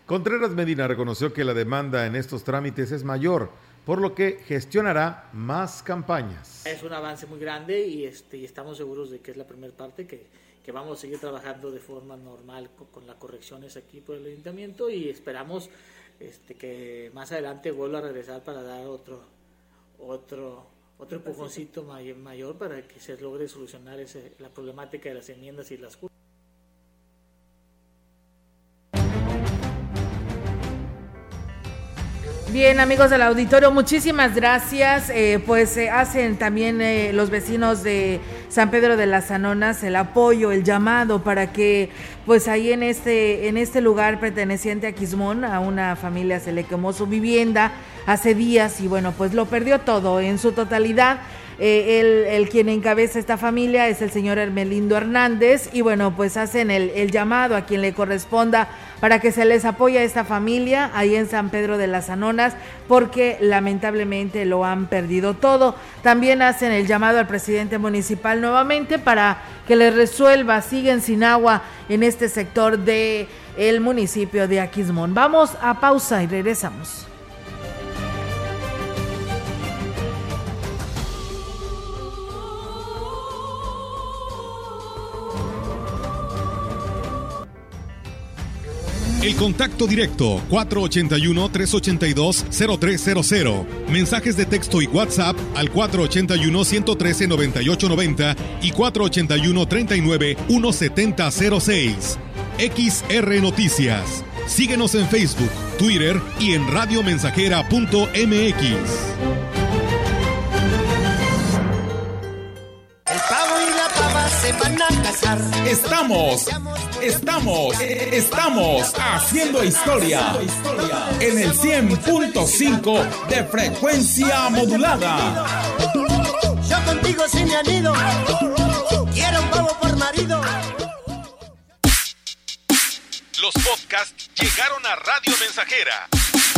Contreras Medina reconoció que la demanda en estos trámites es mayor, por lo que gestionará más campañas. Es un avance muy grande y, este, y estamos seguros de que es la primera parte, que, que vamos a seguir trabajando de forma normal con, con las correcciones aquí por el ayuntamiento y esperamos este, que más adelante vuelva a regresar para dar otro, otro, otro empujoncito mayor, mayor para que se logre solucionar ese, la problemática de las enmiendas y las curvas. Bien, amigos del auditorio, muchísimas gracias. Eh, pues eh, hacen también eh, los vecinos de San Pedro de las Anonas el apoyo, el llamado para que, pues ahí en este en este lugar perteneciente a Quismón, a una familia se le quemó su vivienda hace días y bueno, pues lo perdió todo en su totalidad. Eh, el, el quien encabeza esta familia es el señor Hermelindo Hernández y bueno, pues hacen el, el llamado a quien le corresponda para que se les apoye a esta familia ahí en San Pedro de las Anonas porque lamentablemente lo han perdido todo. También hacen el llamado al presidente municipal nuevamente para que les resuelva, siguen sin agua en este sector de el municipio de Aquismón. Vamos a pausa y regresamos. El contacto directo cuatro ochenta y uno, trescientos ochenta y dos, cero tres cero cero. Mensajes de texto y WhatsApp al cuatro ochenta y uno, ciento trece, noventa y ocho noventa y cuatro ochenta y uno, treinta y nueve, ciento setenta cero seis. X R Noticias. Síguenos en Facebook, Twitter y en radiomensajera punto m x. El pavo y la pava se van a casar. Estamos, estamos, estamos haciendo historia en el cien punto cinco de frecuencia modulada. Yo contigo sí me anido, quiero un pavo por marido. Los podcasts llegaron a Radio Mensajera.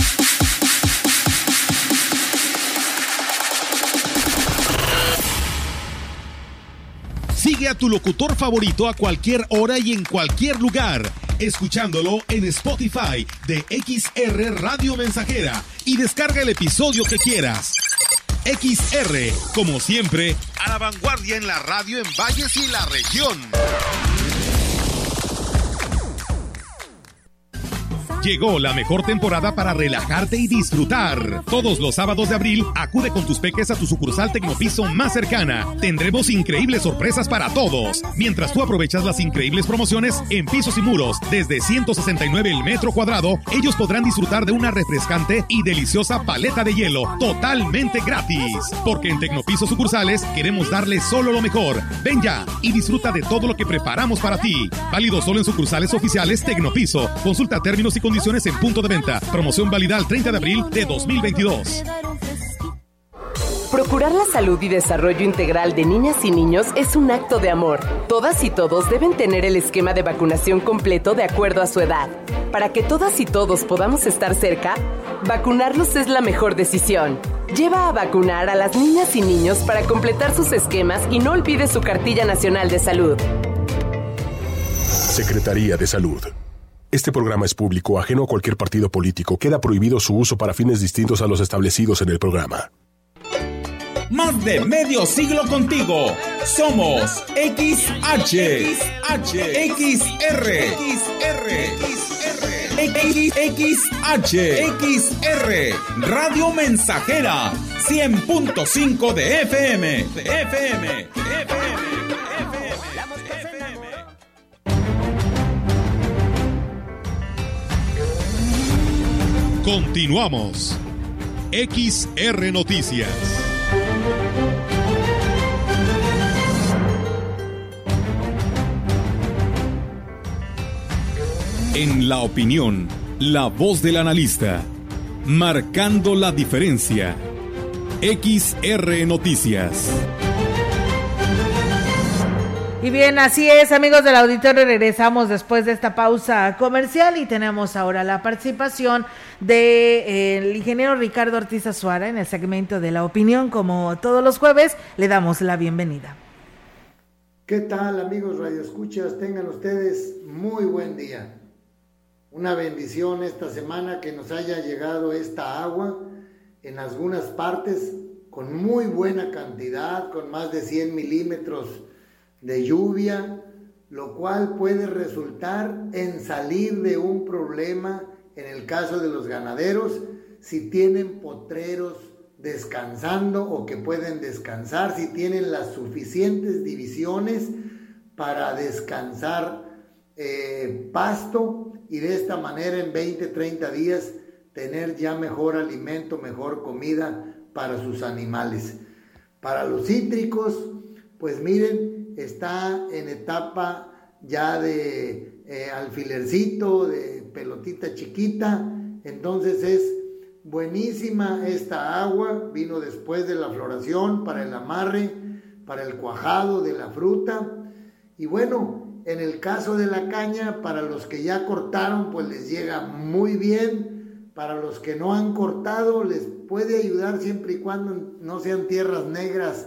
Sigue a tu locutor favorito a cualquier hora y en cualquier lugar, escuchándolo en Spotify de X R Radio Mensajera y descarga el episodio que quieras. X R, como siempre, a la vanguardia en la radio en Valles y la región. Llegó la mejor temporada para relajarte y disfrutar. Todos los sábados de abril, acude con tus peques a tu sucursal Tecnopiso más cercana. Tendremos increíbles sorpresas para todos. Mientras tú aprovechas las increíbles promociones en pisos y muros desde ciento sesenta y nueve el metro cuadrado, ellos podrán disfrutar de una refrescante y deliciosa paleta de hielo totalmente gratis. Porque en Tecnopiso sucursales queremos darles solo lo mejor. Ven ya y disfruta de todo lo que preparamos para ti. Válido solo en sucursales oficiales Tecnopiso. Consulta términos y condiciones en punto de venta. Promoción válida al treinta de abril de dos mil veintidós. Procurar la salud y desarrollo integral de niñas y niños es un acto de amor. Todas y todos deben tener el esquema de vacunación completo de acuerdo a su edad. Para que todas y todos podamos estar cerca, vacunarlos es la mejor decisión. Lleva a vacunar a las niñas y niños para completar sus esquemas y no olvide su cartilla nacional de salud. Secretaría de Salud. Este programa es público, ajeno a cualquier partido político. Queda prohibido su uso para fines distintos a los establecidos en el programa. Más de medio siglo contigo. Somos X H, X H, X R, X R, X H, X R, Radio Mensajera, cien punto cinco de F M, de F M, de F M. Continuamos. X R Noticias. En la opinión, la voz del analista, marcando la diferencia. X R Noticias. Y bien, así es, amigos del auditorio, regresamos después de esta pausa comercial y tenemos ahora la participación del de, eh, ingeniero Ricardo Ortiz Azuara en el segmento de la opinión. Como todos los jueves, le damos la bienvenida. ¿Qué tal, amigos radioescuchas? Tengan ustedes muy buen día. una bendición esta semana que nos haya llegado esta agua en algunas partes con muy buena cantidad, con más de cien milímetros de lluvia, lo cual puede resultar en salir de un problema en el caso de los ganaderos, si tienen potreros descansando o que pueden descansar, si tienen las suficientes divisiones para descansar eh, pasto y de esta manera en veinte, treinta días tener ya mejor alimento, mejor comida para sus animales. Para los cítricos, pues miren, está en etapa ya de eh, alfilercito, de pelotita chiquita, entonces es buenísima esta agua, vino después de la floración para el amarre, para el cuajado de la fruta. Y bueno, en el caso de la caña, para los que ya cortaron, pues les llega muy bien. Para los que no han cortado, les puede ayudar siempre y cuando no sean tierras negras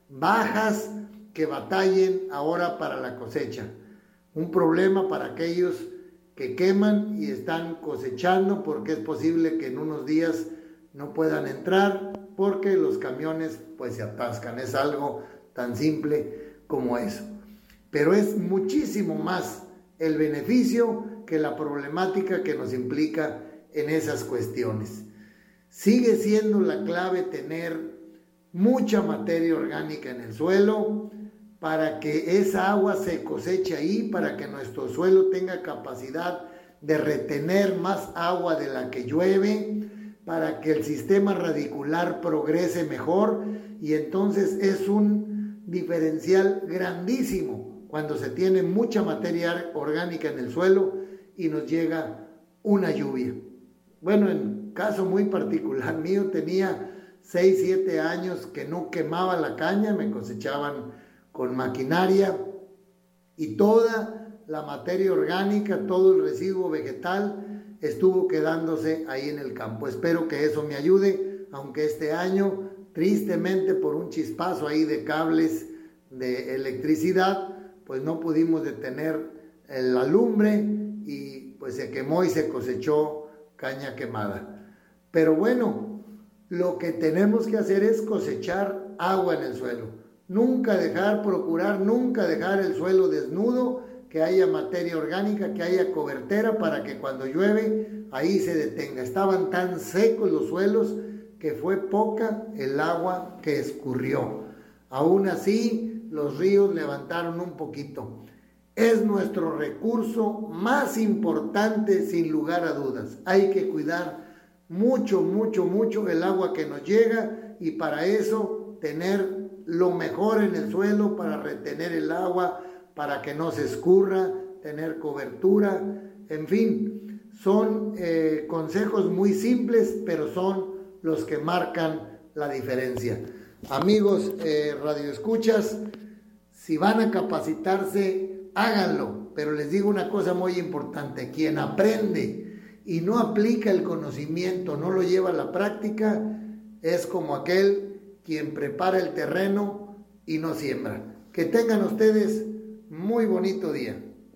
bajas que batallen ahora para la cosecha. Un problema para aquellos que queman y están cosechando, porque es posible que en unos días no puedan entrar porque los camiones pues se atascan. Es algo tan simple como eso. Pero es muchísimo más el beneficio que la problemática que nos implica en esas cuestiones. Sigue siendo la clave tener mucha materia orgánica en el suelo para que esa agua se coseche ahí, para que nuestro suelo tenga capacidad de retener más agua de la que llueve, para que el sistema radicular progrese mejor, y entonces es un diferencial grandísimo cuando se tiene mucha materia orgánica en el suelo y nos llega una lluvia. Bueno, en caso muy particular mío, tenía seis, siete años que no quemaba la caña, me cosechaban con maquinaria y toda la materia orgánica, todo el residuo vegetal estuvo quedándose ahí en el campo. Espero que eso me ayude, aunque este año, tristemente por un chispazo ahí de cables de electricidad, pues no pudimos detener la lumbre y pues se quemó y se cosechó caña quemada. Pero bueno, lo que tenemos que hacer es cosechar agua en el suelo. Nunca dejar, procurar nunca dejar el suelo desnudo, que haya materia orgánica, que haya cobertera para que cuando llueve ahí se detenga. Estaban tan secos los suelos que fue poca el agua que escurrió. Aún así, los ríos levantaron un poquito. Es nuestro recurso más importante, sin lugar a dudas. Hay que cuidar mucho, mucho, mucho el agua que nos llega, y para eso tener lo mejor en el suelo para retener el agua, para que no se escurra, tener cobertura. En fin, son eh, consejos muy simples, pero son los que marcan la diferencia. Amigos eh, radioescuchas, si van a capacitarse, háganlo, pero les digo una cosa muy importante: quien aprende y no aplica el conocimiento, no lo lleva a la práctica, es como aquel quien prepara el terreno y no siembra. Que tengan ustedes muy bonito día.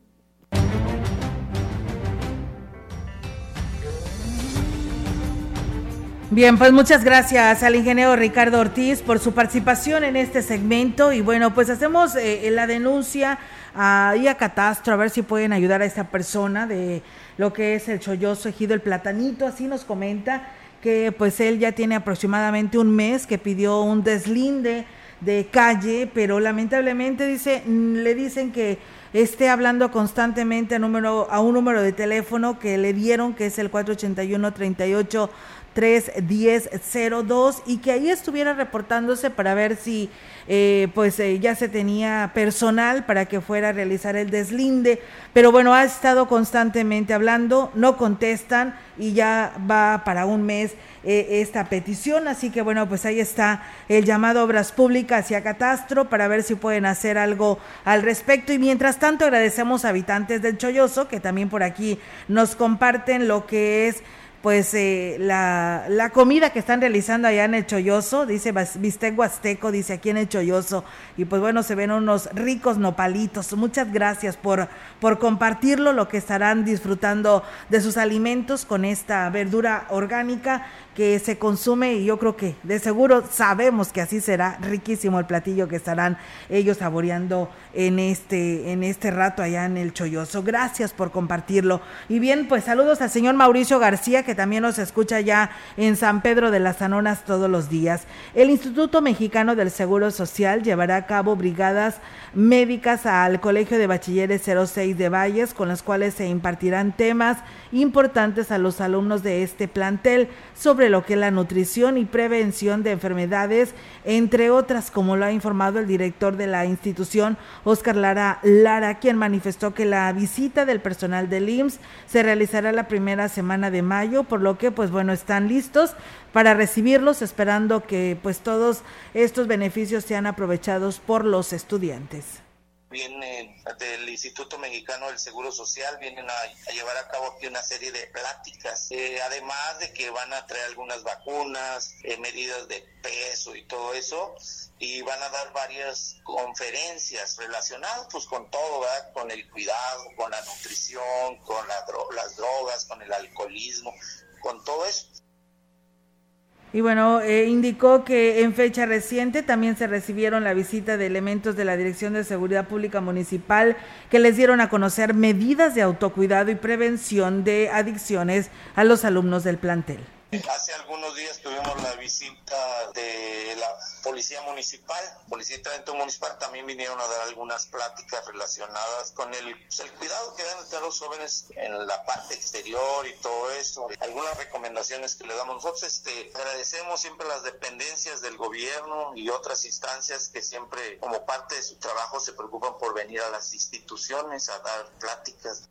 Bien, pues muchas gracias al ingeniero Ricardo Ortiz por su participación en este segmento. Y bueno, pues hacemos eh, la denuncia ahí a Catastro, a ver si pueden ayudar a esta persona de lo que es el Cholloso Ejido El Platanito. Así nos comenta que pues él ya tiene aproximadamente un mes que pidió un deslinde de calle, pero lamentablemente dice, le dicen que esté hablando constantemente a, número, a un número de teléfono que le dieron, que es el cuatro ochenta y uno, treinta y ocho, tres diez cero dos, y que ahí estuviera reportándose para ver si eh, pues eh, ya se tenía personal para que fuera a realizar el deslinde, pero bueno, ha estado constantemente hablando, no contestan y ya va para un mes eh, esta petición, así que bueno, pues ahí está el llamado a Obras Públicas y a Catastro para ver si pueden hacer algo al respecto. Y mientras tanto agradecemos a habitantes del Cholloso que también por aquí nos comparten lo que es pues eh, la, la comida que están realizando allá en el Cholloso, dice bistec huasteco, dice aquí en el Cholloso, y pues bueno, se ven unos ricos nopalitos. Muchas gracias por, por compartirlo, lo que estarán disfrutando de sus alimentos con esta verdura orgánica que se consume, y yo creo que de seguro sabemos que así será. Riquísimo el platillo que estarán ellos saboreando en este, en este rato allá en el Cholloso. Gracias por compartirlo. Y bien, pues saludos al señor Mauricio García, que también nos escucha ya en San Pedro de las Anonas todos los días. El Instituto Mexicano del Seguro Social llevará a cabo brigadas médicas al Colegio de Bachilleres cero seis de Valles, con las cuales se impartirán temas importantes a los alumnos de este plantel sobre lo que es la nutrición y prevención de enfermedades, entre otras, como lo ha informado el director de la institución, Óscar Lara Lara, quien manifestó que la visita del personal del I M S S se realizará la primera semana de mayo, por lo que pues bueno, están listos para recibirlos, esperando que pues todos estos beneficios sean aprovechados por los estudiantes. Vienen del Instituto Mexicano del Seguro Social, vienen a, a llevar a cabo aquí una serie de pláticas, eh, además de que van a traer algunas vacunas, eh, medidas de peso y todo eso, y van a dar varias conferencias relacionadas pues con todo, ¿verdad? Con el cuidado, con la nutrición, con la dro- las drogas, con el alcoholismo, con todo eso. Y bueno, eh, indicó que en fecha reciente también se recibieron la visita de elementos de la Dirección de Seguridad Pública Municipal, que les dieron a conocer medidas de autocuidado y prevención de adicciones a los alumnos del plantel. Hace algunos días tuvimos la visita de la Policía Municipal, Policía y Tránsito Municipal, también vinieron a dar algunas pláticas relacionadas con el, pues, el cuidado que deben tener los jóvenes en la parte exterior y todo eso. Algunas recomendaciones que le damos nosotros, este, agradecemos siempre las dependencias del gobierno y otras instancias que siempre, como parte de su trabajo, se preocupan por venir a las instituciones a dar pláticas.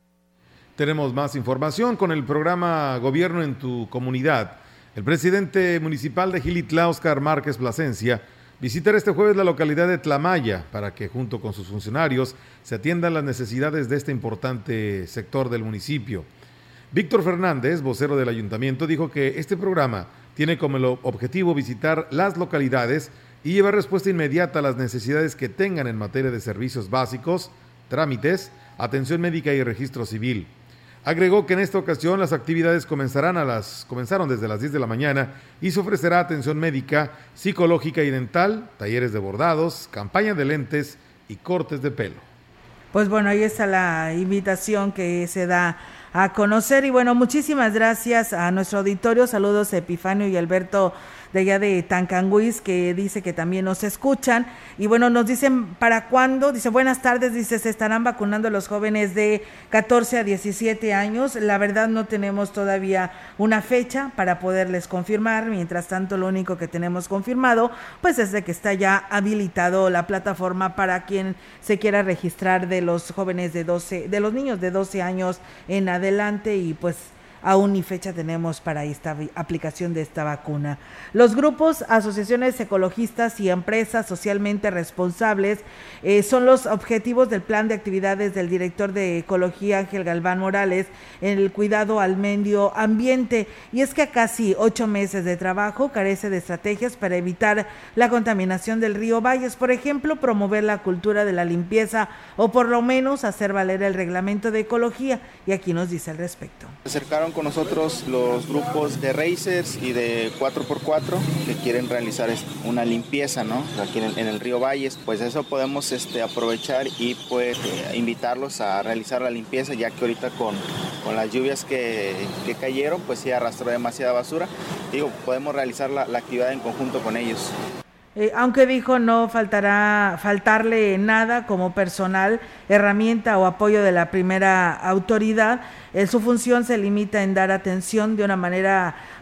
Tenemos más información con el programa Gobierno en tu Comunidad. El presidente municipal de Xilitla, Óscar Márquez Plasencia, visitará este jueves la localidad de Tlamaya para que junto con sus funcionarios se atiendan las necesidades de este importante sector del municipio. Víctor Fernández, vocero del ayuntamiento, dijo que este programa tiene como objetivo visitar las localidades y llevar respuesta inmediata a las necesidades que tengan en materia de servicios básicos, trámites, atención médica y registro civil. Agregó que en esta ocasión las actividades comenzarán a las, comenzaron desde las diez de la mañana y se ofrecerá atención médica, psicológica y dental, talleres de bordados, campaña de lentes y cortes de pelo. Pues bueno, ahí está la invitación que se da a conocer. Y bueno, muchísimas gracias a nuestro auditorio. Saludos a Epifanio y Alberto de allá de Tancanguis, que dice que también nos escuchan. Y bueno, nos dicen para cuándo, dice buenas tardes, dice se estarán vacunando los jóvenes de catorce a diecisiete años. La verdad no tenemos todavía una fecha para poderles confirmar. Mientras tanto, lo único que tenemos confirmado pues es de que está ya habilitado la plataforma para quien se quiera registrar de los jóvenes de doce, de los niños de doce años en adelante, y pues aún ni fecha tenemos para esta aplicación de esta vacuna. Los grupos, asociaciones ecologistas y empresas socialmente responsables eh, son los objetivos del plan de actividades del director de Ecología, Ángel Galván Morales, en el cuidado al medio ambiente. Y es que a casi ocho meses de trabajo carece de estrategias para evitar la contaminación del río Valles. Por ejemplo, promover la cultura de la limpieza o por lo menos hacer valer el reglamento de ecología. Y aquí nos dice al respecto. Se acercaron con nosotros los grupos de racers y de cuatro por cuatro que quieren realizar una limpieza, ¿no? Aquí en el, en el río Valles. Pues eso podemos este, aprovechar y pues eh, invitarlos a realizar la limpieza, ya que ahorita con, con las lluvias que, que cayeron, pues sí arrastró demasiada basura. Digo, podemos realizar la, la actividad en conjunto con ellos. Eh, aunque dijo no faltará faltarle nada como personal, herramienta o apoyo de la primera autoridad, eh, su función se limita en dar atención de una manera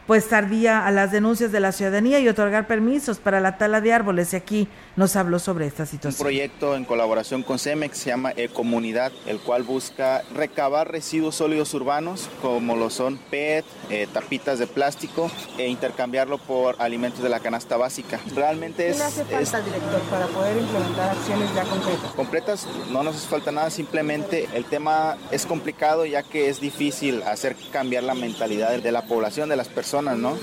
pues tardía a las denuncias de la ciudadanía y otorgar permisos para la tala de árboles. Y aquí nos habló sobre esta situación. Un proyecto en colaboración con Cemex se llama Ecomunidad, el cual busca recabar residuos sólidos urbanos como lo son P E T, eh, tapitas de plástico e intercambiarlo por alimentos de la canasta básica. Realmente es... ¿Qué le hace falta, es, director, para poder implementar acciones ya concretas? Completas, no nos hace falta nada, simplemente el tema es complicado ya que es difícil hacer cambiar la mentalidad de la población, de las personas, ¿no?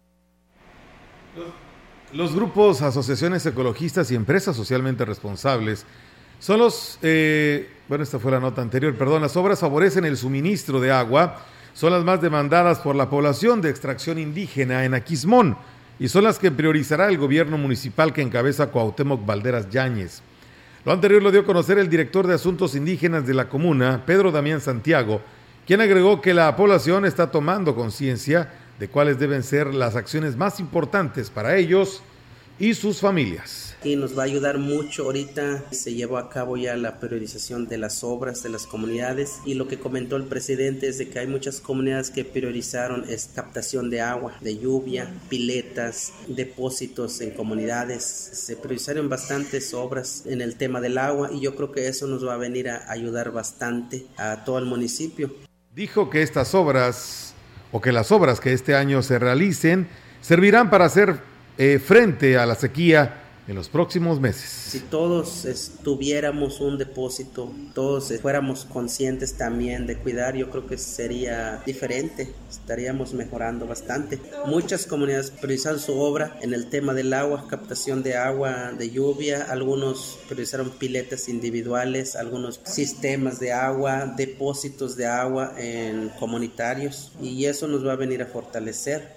Los grupos, asociaciones ecologistas y empresas socialmente responsables son los, eh, bueno, esta fue la nota anterior, perdón, las obras favorecen el suministro de agua, son las más demandadas por la población de extracción indígena en Aquismón y son las que priorizará el gobierno municipal que encabeza Cuauhtémoc Valderas Yáñez. Lo anterior lo dio a conocer el director de Asuntos Indígenas de la comuna, Pedro Damián Santiago, quien agregó que la población está tomando conciencia de cuáles deben ser las acciones más importantes para ellos y sus familias. Y nos va a ayudar mucho. Ahorita se llevó a cabo ya la priorización de las obras de las comunidades y lo que comentó el presidente es de que hay muchas comunidades que priorizaron es captación de agua, de lluvia, piletas, depósitos en comunidades. Se priorizaron bastantes obras en el tema del agua y yo creo que eso nos va a venir a ayudar bastante a todo el municipio. Dijo que estas obras o que las obras que este año se realicen servirán para hacer eh, frente a la sequía en los próximos meses. Si todos tuviéramos un depósito, todos fuéramos conscientes también de cuidar, yo creo que sería diferente, estaríamos mejorando bastante. Muchas comunidades priorizaron su obra en el tema del agua, captación de agua, de lluvia, algunos priorizaron piletas individuales, algunos sistemas de agua, depósitos de agua en comunitarios y eso nos va a venir a fortalecer.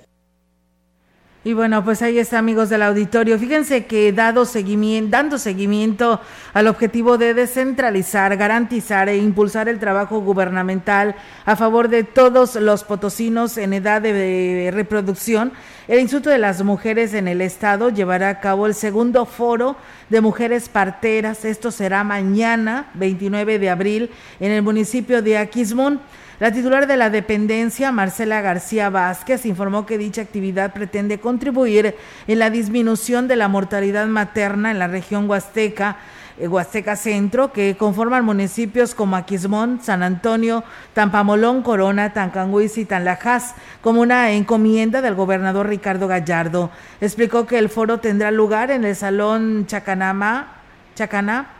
Y bueno, pues ahí está, amigos del auditorio. Fíjense que dado seguimiento, dando seguimiento al objetivo de descentralizar, garantizar e impulsar el trabajo gubernamental a favor de todos los potosinos en edad de reproducción, el Instituto de las Mujeres en el Estado llevará a cabo el segundo foro de mujeres parteras. Esto será mañana, veintinueve de abril, en el municipio de Aquismón. La titular de la dependencia, Marcela García Vázquez, informó que dicha actividad pretende contribuir en la disminución de la mortalidad materna en la región huasteca, eh, Huasteca Centro, que conforman municipios como Aquismón, San Antonio, Tampamolón, Corona, Tancanguis y Tanlajas, como una encomienda del gobernador Ricardo Gallardo. Explicó que el foro tendrá lugar en el Salón Chacanama, Chacaná,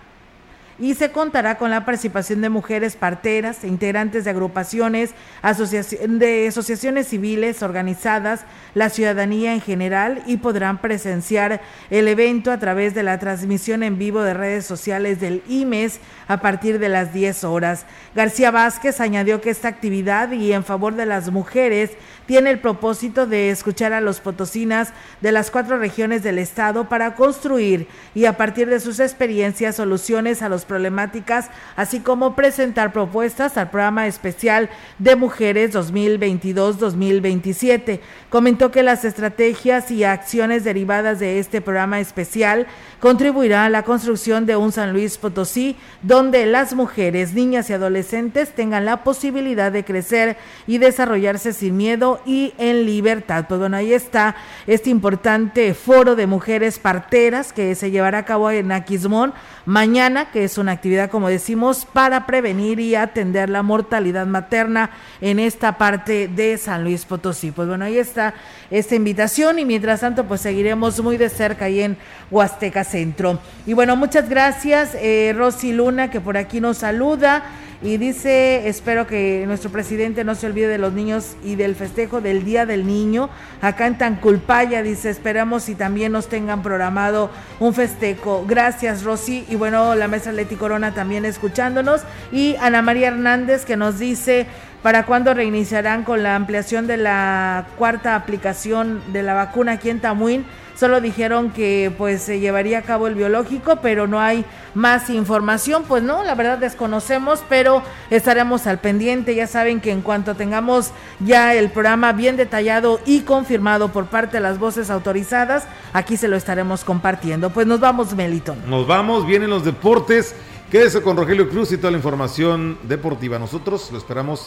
y se contará con la participación de mujeres parteras, integrantes de agrupaciones, asociación, de asociaciones civiles organizadas, la ciudadanía en general, y podrán presenciar el evento a través de la transmisión en vivo de redes sociales del I M E S a partir de las diez horas. García Vázquez añadió que esta actividad y en favor de las mujeres tiene el propósito de escuchar a los potosinas de las cuatro regiones del estado para construir y a partir de sus experiencias soluciones a las problemáticas, así como presentar propuestas al programa especial de mujeres dos mil veintidós dos mil veintisiete. Comentó que las estrategias y acciones derivadas de este programa especial contribuirán a la construcción de un San Luis Potosí donde las mujeres, niñas y adolescentes tengan la posibilidad de crecer y desarrollarse sin miedo y en libertad. Pues bueno, ahí está este importante foro de mujeres parteras que se llevará a cabo en Aquismón mañana, que es una actividad, como decimos, para prevenir y atender la mortalidad materna en esta parte de San Luis Potosí. Pues bueno, ahí está esta invitación y mientras tanto pues seguiremos muy de cerca ahí en Huasteca Centro. Y bueno, muchas gracias eh, Rosy Luna, que por aquí nos saluda y dice: espero que nuestro presidente no se olvide de los niños y del festejo del Día del Niño acá en Tanculpaya. Dice: esperamos y también nos tengan programado un festejo. Gracias, Rosy. Y bueno, la mesa Leti Corona también escuchándonos, y Ana María Hernández, que nos dice: ¿para cuándo reiniciarán con la ampliación de la cuarta aplicación de la vacuna aquí en Tamuín? Solo dijeron que pues se llevaría a cabo el biológico, pero no hay más información. Pues no, la verdad desconocemos, pero estaremos al pendiente. Ya saben que en cuanto tengamos ya el programa bien detallado y confirmado por parte de las voces autorizadas, aquí se lo estaremos compartiendo. Pues nos vamos, Melitón. Nos vamos, vienen los deportes. Quédese con Rogelio Cruz y toda la información deportiva. Nosotros lo esperamos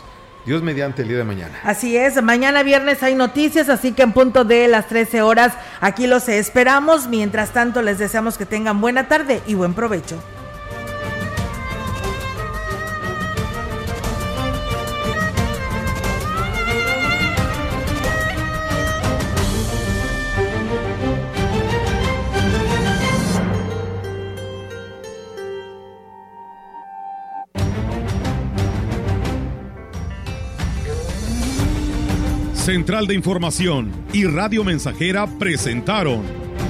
Dios mediante el día de mañana. Así es, mañana viernes hay noticias, así que en punto de las trece horas aquí los esperamos. Mientras tanto, les deseamos que tengan buena tarde y buen provecho. Central de Información y Radio Mensajera presentaron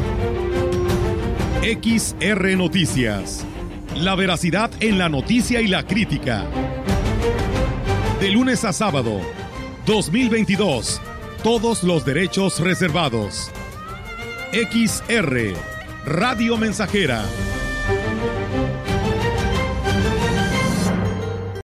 X R Noticias. La veracidad en la noticia y la crítica. De lunes a sábado, dos mil veintidós. Todos los derechos reservados. X R, Radio Mensajera.